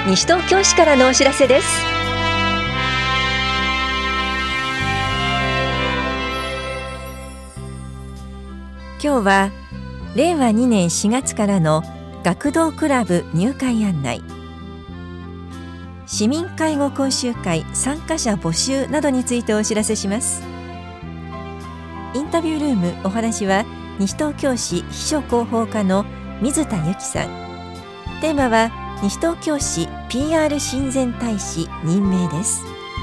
西東京市からのお知らせです。今日は令和2年4月からの学童クラブ入会案内、市民介護講習会参加者募集などについてお知らせします。インタビュールーム、お話は西東京市秘書広報課の水田由紀さん。テーマは西東京市 PR 親善大使任命です。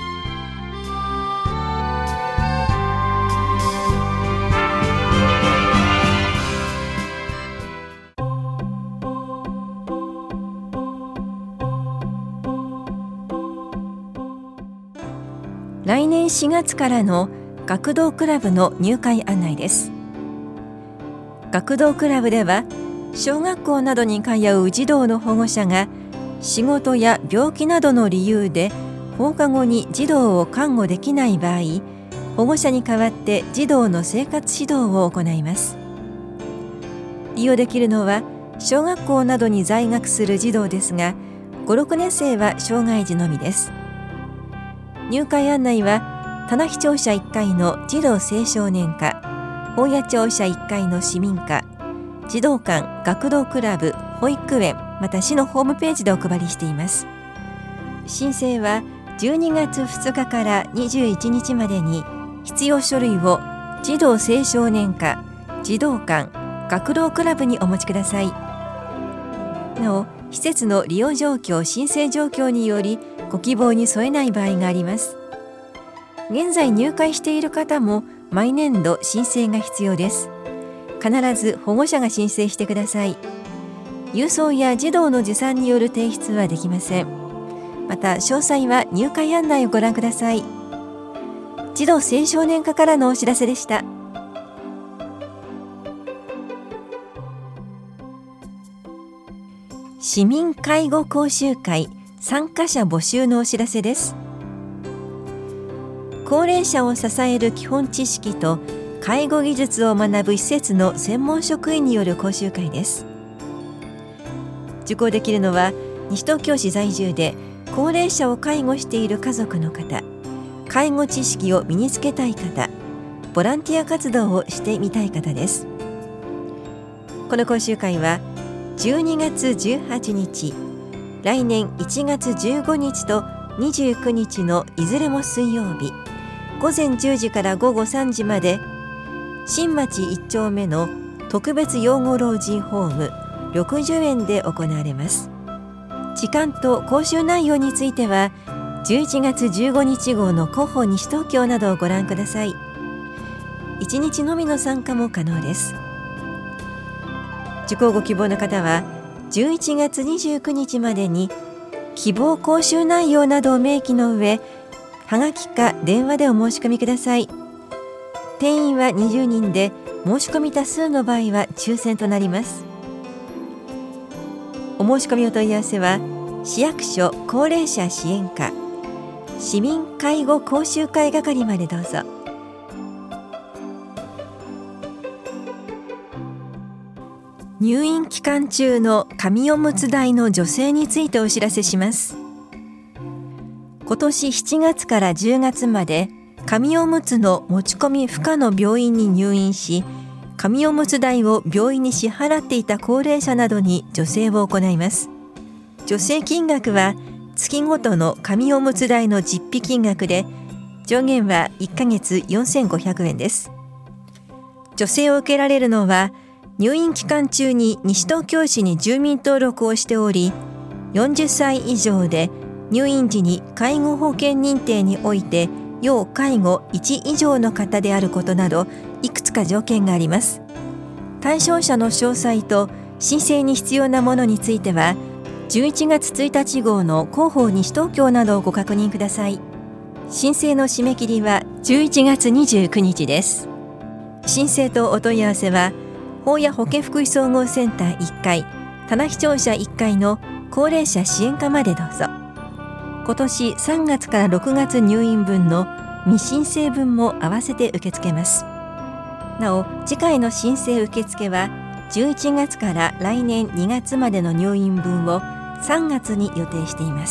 来年4月からの学童クラブの入会案内です。学童クラブでは小学校などに通う児童の保護者が仕事や病気などの理由で放課後に児童を看護できない場合、保護者に代わって児童の生活指導を行います。利用できるのは小学校などに在学する児童ですが、5、6年生は障害児のみです。入会案内は棚視庁舎1階の児童青少年課、保谷庁舎1階の市民課、児童館、学童クラブ、保育園、また市のホームページでお配りしています。申請は12月2日から21日までに必要書類を児童青少年課、児童館、学童クラブにお持ちください。なお、施設の利用状況、申請状況によりご希望に添えない場合があります。現在入会している方も毎年度申請が必要です。必ず保護者が申請してください。郵送や児童の持参による提出はできません。また詳細は入会案内をご覧ください。児童青少年課からのお知らせでした。市民介護講習会参加者募集のお知らせです。高齢者を支える基本知識と介護技術を学ぶ施設の専門職員による講習会です。受講できるのは西東京市在住で高齢者を介護している家族の方、介護知識を身につけたい方、ボランティア活動をしてみたい方です。この講習会は12月18日、来年1月15日と29日のいずれも水曜日、午前10時から午後3時まで、新町1丁目の特別養護老人ホーム60円で行われます。時間と講習内容については11月15日号の広報西東京などをご覧ください。1日のみの参加も可能です。受講ご希望の方は11月29日までに希望講習内容などを明記の上、はがきか電話でお申し込みください。定員は20人で、申し込み多数の場合は抽選となります。お申し込みお問い合わせは市役所高齢者支援課市民介護講習会係までどうぞ。入院期間中の紙おむつ代の助成についてお知らせします。今年7月から10月まで紙おむつの持ち込み不可の病院に入院し、紙おむつ代を病院に支払っていた高齢者などに助成を行います。助成金額は月ごとの紙おむつ代の実費金額で、上限は1ヶ月4500円です。助成を受けられるのは入院期間中に西東京市に住民登録をしており、40歳以上で入院時に介護保険認定において要介護1以上の方であることなど、いくつか条件があります。対象者の詳細と申請に必要なものについては11月1日号の広報西東京などをご確認ください。申請の締め切りは11月29日です。申請とお問い合わせは保谷保健福祉総合センター1階棚視聴者1階の高齢者支援課までどうぞ。今年3月から6月入院分の未申請分も合わせて受け付けます。なお、次回の申請受付は11月から来年2月までの入院分を 3月に予定しています。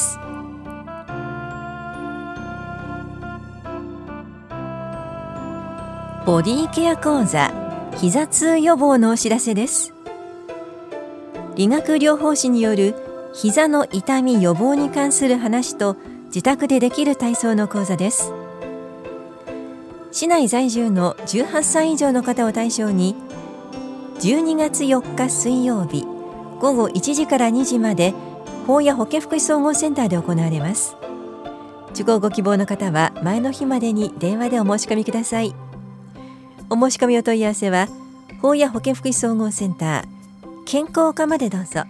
ボディケア講座膝痛予防のお知らせです。理学療法士による膝の痛み予防に関する話と自宅でできる体操の講座です。市内在住の18歳以上の方を対象に12月4日水曜日午後1時から2時まで保谷保健福祉総合センターで行われます。受講ご希望の方は前の日までに電話でお申し込みください。お申し込みお問い合わせは保谷保健福祉総合センター健康課までどうぞ。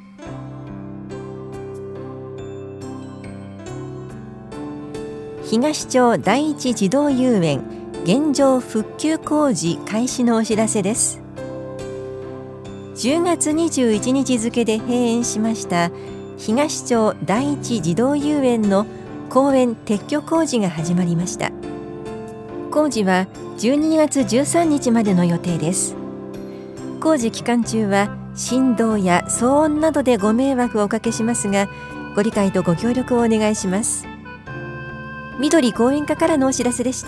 東町第一児童遊園現状復旧工事開始のお知らせです。10月21日付で閉園しました東町第一児童遊園の公園撤去工事が始まりました。工事は12月13日までの予定です。工事期間中は振動や騒音などでご迷惑をおかけしますが、ご理解とご協力をお願いします。緑公園課からのお知らせでした。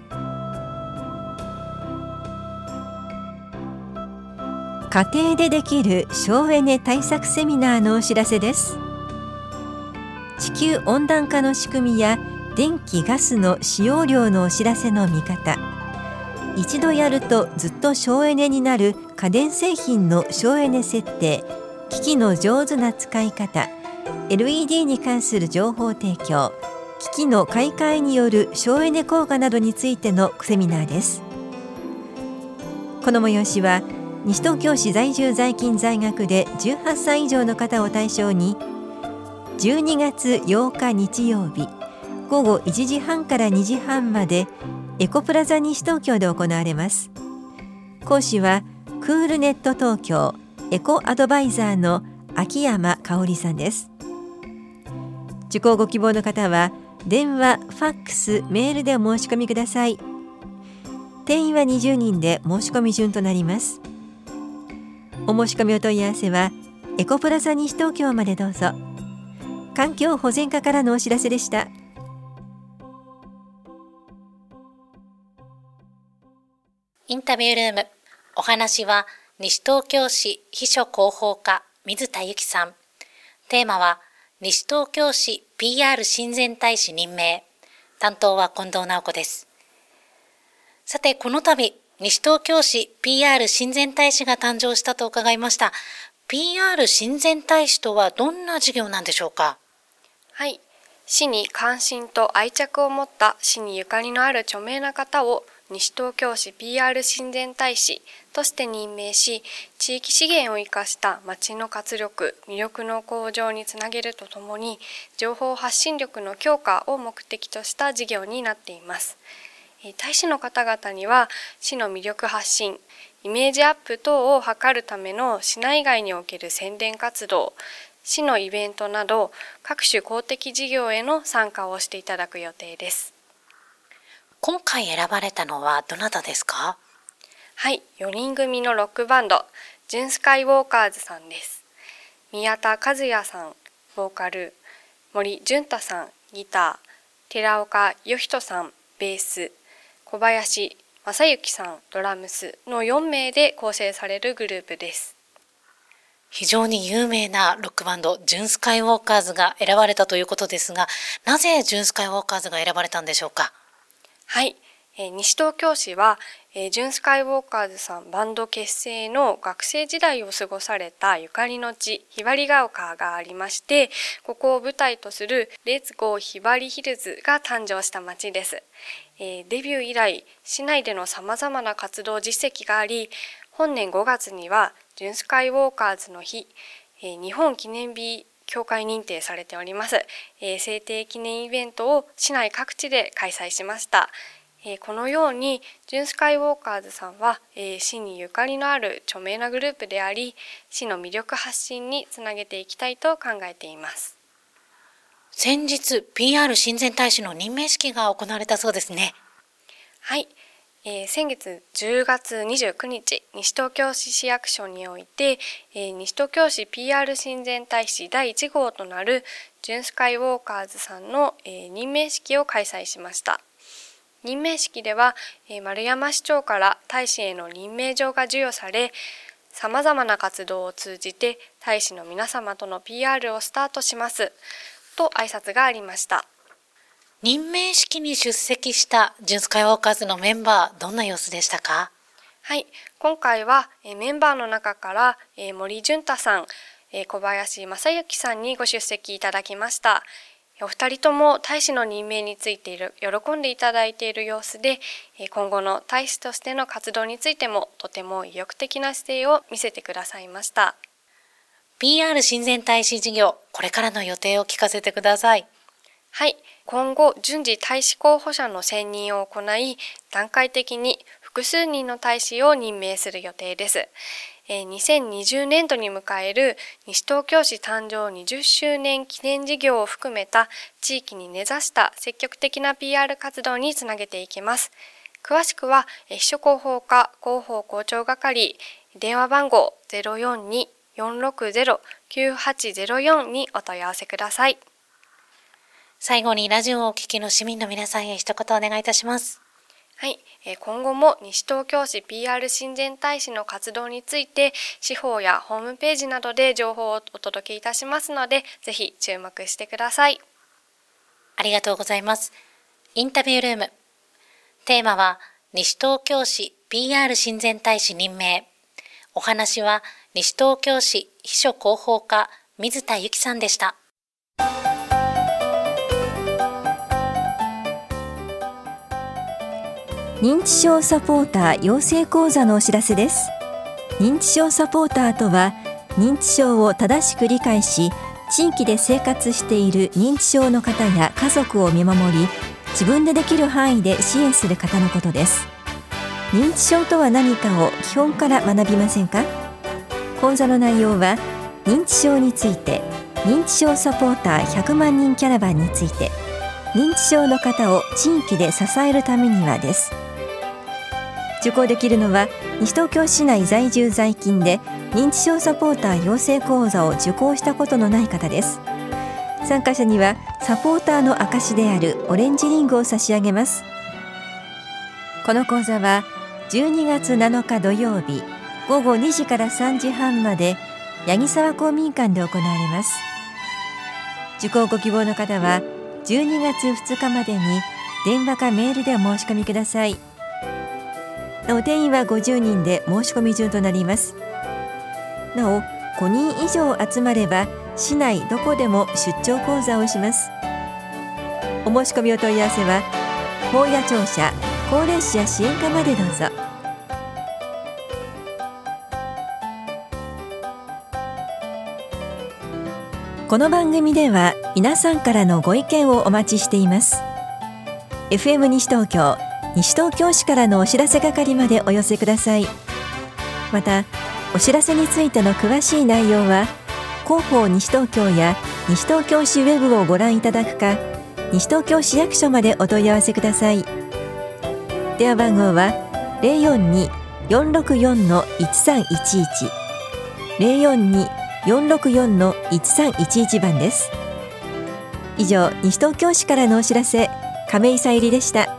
家庭でできる省エネ対策セミナーのお知らせです。地球温暖化の仕組みや電気・ガスの使用量のお知らせの見方、一度やるとずっと省エネになる家電製品の省エネ設定、機器の上手な使い方、 LED に関する情報提供、機器の買い替えによる省エネ効果などについてのセミナーです。この催しは西東京市在住在勤在学で18歳以上の方を対象に12月8日日曜日午後1時半から2時半までエコプラザ西東京で行われます。講師はクールネット東京エコアドバイザーの秋山香織さんです。受講ご希望の方は電話、ファックス、メールでお申し込みください。定員は20人で申し込み順となります。お申し込みお問い合わせはエコプラザ西東京までどうぞ。環境保全課からのお知らせでした。 インタビュールーム、お話は西東京市秘書広報課水田由紀さん。テーマは西東京市 PR 親善大使任命。担当は近藤直子です。さて、この度西東京市 PR 親善大使が誕生したと伺いました。 PR 親善大使とはどんな事業なんでしょうか？ はい、市に関心と愛着を持った市にゆかりのある著名な方を西東京市 PR 親善大使として任命し、地域資源を生かした町の活力・魅力の向上につなげるとともに、情報発信力の強化を目的とした事業になっています。大使の方々には市の魅力発信、イメージアップ等を図るための市内外における宣伝活動、市のイベントなど各種公的事業への参加をしていただく予定です。 今回選ばれたのはどなたですか？ はい、4人組のロックバンド、ジュンスカイウォーカーズさんです。宮田和也さん、ボーカル、森潤太さん、ギター、寺岡義人さん、ベース、小林正幸さん、ドラムスの4名で構成されるグループです。 非常に有名なロックバンド、ジュンスカイウォーカーズが選ばれたということですが、なぜジュンスカイウォーカーズが選ばれたんでしょうか？ はい、西東京市は、ジュンスカイウォーカーズさんバンド結成の学生時代を過ごされたゆかりの地、ひばりが丘がありまして、ここを舞台とするレッツゴーひばりヒルズが誕生した街です。デビュー以来、市内でのさまざまな活動実績があり、本年5月にはジュンスカイウォーカーズの日、日本記念日協会認定されております、制定記念イベントを市内各地で開催しました。このようにジュンスカイウォーカーズさんは、市にゆかりのある著名なグループであり、市の魅力発信につなげていきたいと考えています。 先日 PR 親善大使の任命式が行われたそうですね。 はい、 先月10月29日、西東京市市役所において、西東京市 PR 親善大使第1号となるジュンスカイウォーカーズさんの、任命式を開催しました。任命式では、丸山市長から大使への任命状が授与され、さまざまな活動を通じて大使の皆様との PR をスタートしますと挨拶がありました。 任命式に出席したジュンスカイウォーカーズのメンバー、どんな様子でしたか？ はい、今回はメンバーの中から森潤太さん、小林正幸さんにご出席いただきました。お二人とも大使の任命について喜んでいただいている様子で、今後の大使としての活動についてもとても意欲的な姿勢を見せてくださいました。 PR 親善大使事業、これからの予定を聞かせてください。 はい、今後順次大使候補者の選任を行い、段階的に複数人の大使を任命する予定です。2020年度に迎える西東京市誕生20周年記念事業を含めた地域に根ざした積極的な PR 活動につなげていきます。詳しくは秘書広報課広報広聴係電話番号 042-460-9804 にお問い合わせください。 最後にラジオをお聞きの市民の皆さんへ一言お願いいたします。 はい、今後も西東京市 PR 親善大使の活動について司法やホームページなどで情報をお届けいたしますので、ぜひ注目してください。 ありがとうございます。インタビュールーム。テーマは西東京市 PR 親善大使任命。お話は西東京市秘書広報課水田由紀さんでした。 認知症サポーター養成講座のお知らせです。認知症サポーターとは、認知症を正しく理解し、地域で生活している認知症の方や家族を見守り、自分でできる範囲で支援する方のことです。認知症とは何かを基本から学びませんか？講座の内容は、認知症について、認知症サポーター100万人キャラバンについて、認知症の方を地域で支えるためにはです。受講できるのは西東京市内在住在勤で認知症サポーター養成講座を受講したことのない方です。参加者にはサポーターの証であるオレンジリングを差し上げます。この講座は12月7日土曜日午後2時から3時半まで八木沢公民館で行われます。受講ご希望の方は12月2日までに電話かメールでお申し込みください。なお定員は50人で申し込み順となります。なお5人以上集まれば市内どこでも出張講座をします。お申し込みお問い合わせは法や庁舎高齢者支援課までどうぞ。この番組では皆さんからのご意見をお待ちしています。 FM 西東京西東京市からのお知らせ係までお寄せください。またお知らせについての詳しい内容は広報西東京や西東京市ウェブをご覧いただくか、西東京市役所までお問い合わせください。電話番号は 042-464-1311 042-464-1311 番です。以上、西東京市からのお知らせ、亀井さゆりでした。